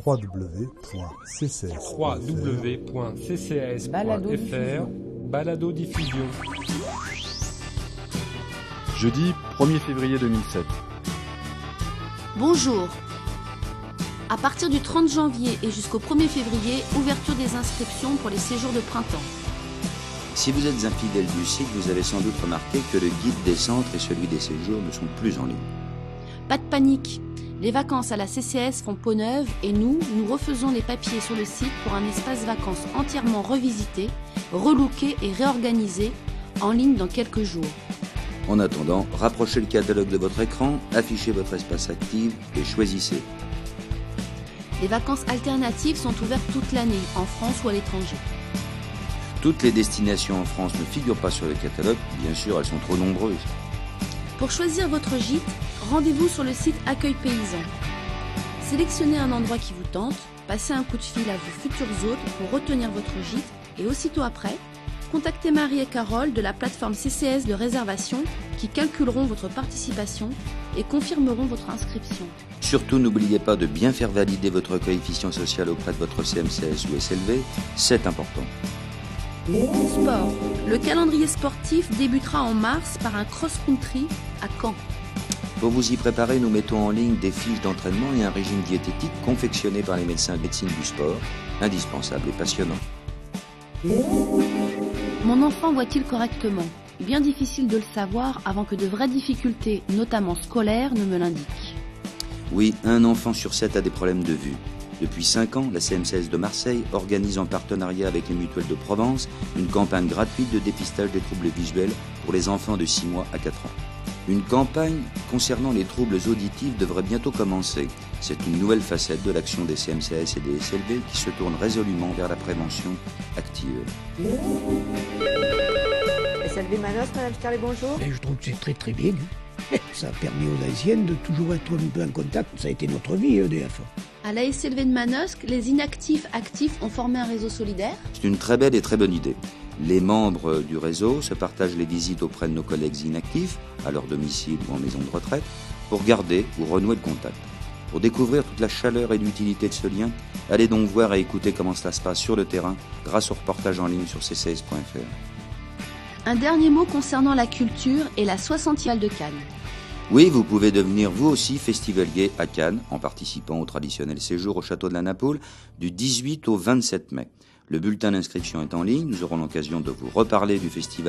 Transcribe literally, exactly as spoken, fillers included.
w w w point c c s point f r. w w w point c c s point f r. Balado diffusion. Jeudi premier février deux mille sept. Bonjour. À partir du trente janvier et jusqu'au premier février, ouverture des inscriptions pour les séjours de printemps. Si vous êtes un fidèle du site, vous avez sans doute remarqué que le guide des centres et celui des séjours ne sont plus en ligne. Pas de panique. Les vacances à la C C S font peau neuve et nous, nous refaisons les papiers sur le site pour un espace vacances entièrement revisité, relooké et réorganisé, en ligne dans quelques jours. En attendant, rapprochez le catalogue de votre écran, affichez votre espace actif et choisissez. Les vacances alternatives sont ouvertes toute l'année, en France ou à l'étranger. Toutes les destinations en France ne figurent pas sur le catalogue, bien sûr, elles sont trop nombreuses. Pour choisir votre gîte, rendez-vous sur le site Accueil Paysan. Sélectionnez un endroit qui vous tente, passez un coup de fil à vos futurs hôtes pour retenir votre gîte et aussitôt après, contactez Marie et Carole de la plateforme C C S de réservation qui calculeront votre participation et confirmeront votre inscription. Surtout, n'oubliez pas de bien faire valider votre coefficient social auprès de votre C M C S ou S L V, c'est important. Sport. Le calendrier sportif débutera en mars par un cross-country à Caen. Pour vous y préparer, nous mettons en ligne des fiches d'entraînement et un régime diététique confectionné par les médecins de médecine du sport, indispensable et passionnant. Mon enfant voit-il correctement? Bien difficile de le savoir avant que de vraies difficultés, notamment scolaires, ne me l'indiquent. Oui, un enfant sur sept a des problèmes de vue. Depuis cinq ans, la C M C S de Marseille organise en partenariat avec les mutuelles de Provence une campagne gratuite de dépistage des troubles visuels pour les enfants de six mois à quatre ans. Une campagne concernant les troubles auditifs devrait bientôt commencer. C'est une nouvelle facette de l'action des C M C S et des S L V qui se tourne résolument vers la prévention active. S L V Manos, Madame Scarlet, bonjour. Et je trouve que c'est très très bien. Ça a permis aux Haïtiennes de toujours être un peu en contact. Ça a été notre vie, E D F. À la S L V de Manosque, les inactifs actifs ont formé un réseau solidaire. C'est une très belle et très bonne idée. Les membres du réseau se partagent les visites auprès de nos collègues inactifs, à leur domicile ou en maison de retraite, pour garder ou renouer le contact. Pour découvrir toute la chaleur et l'utilité de ce lien, allez donc voir et écouter comment cela se passe sur le terrain grâce au reportage en ligne sur c c s point f r. Un dernier mot concernant la culture et la soixantième de Cannes. Oui, vous pouvez devenir vous aussi festivalier à Cannes en participant au traditionnel séjour au château de la Napoule du dix-huit au vingt-sept mai. Le bulletin d'inscription est en ligne, nous aurons l'occasion de vous reparler du festival